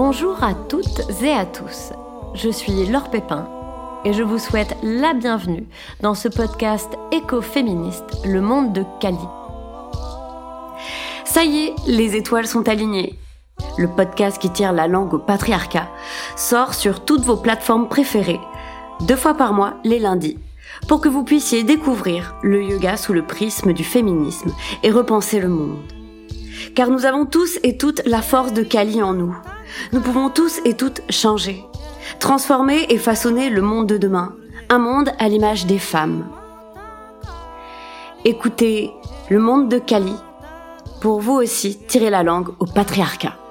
Bonjour à toutes et à tous, je suis Laure Pépin et je vous souhaite la bienvenue dans ce podcast écoféministe, Le Monde de Kali. Ça y est, les étoiles sont alignées. Le podcast qui tire la langue au patriarcat sort sur toutes vos plateformes préférées, 2 fois par mois, les lundis, pour que vous puissiez découvrir le yoga sous le prisme du féminisme et repenser le monde. Car nous avons tous et toutes la force de Kali en nous. Nous pouvons tous et toutes changer, transformer et façonner le monde de demain, un monde à l'image des femmes. Écoutez Le Monde de Kali pour vous aussi tirer la langue au patriarcat.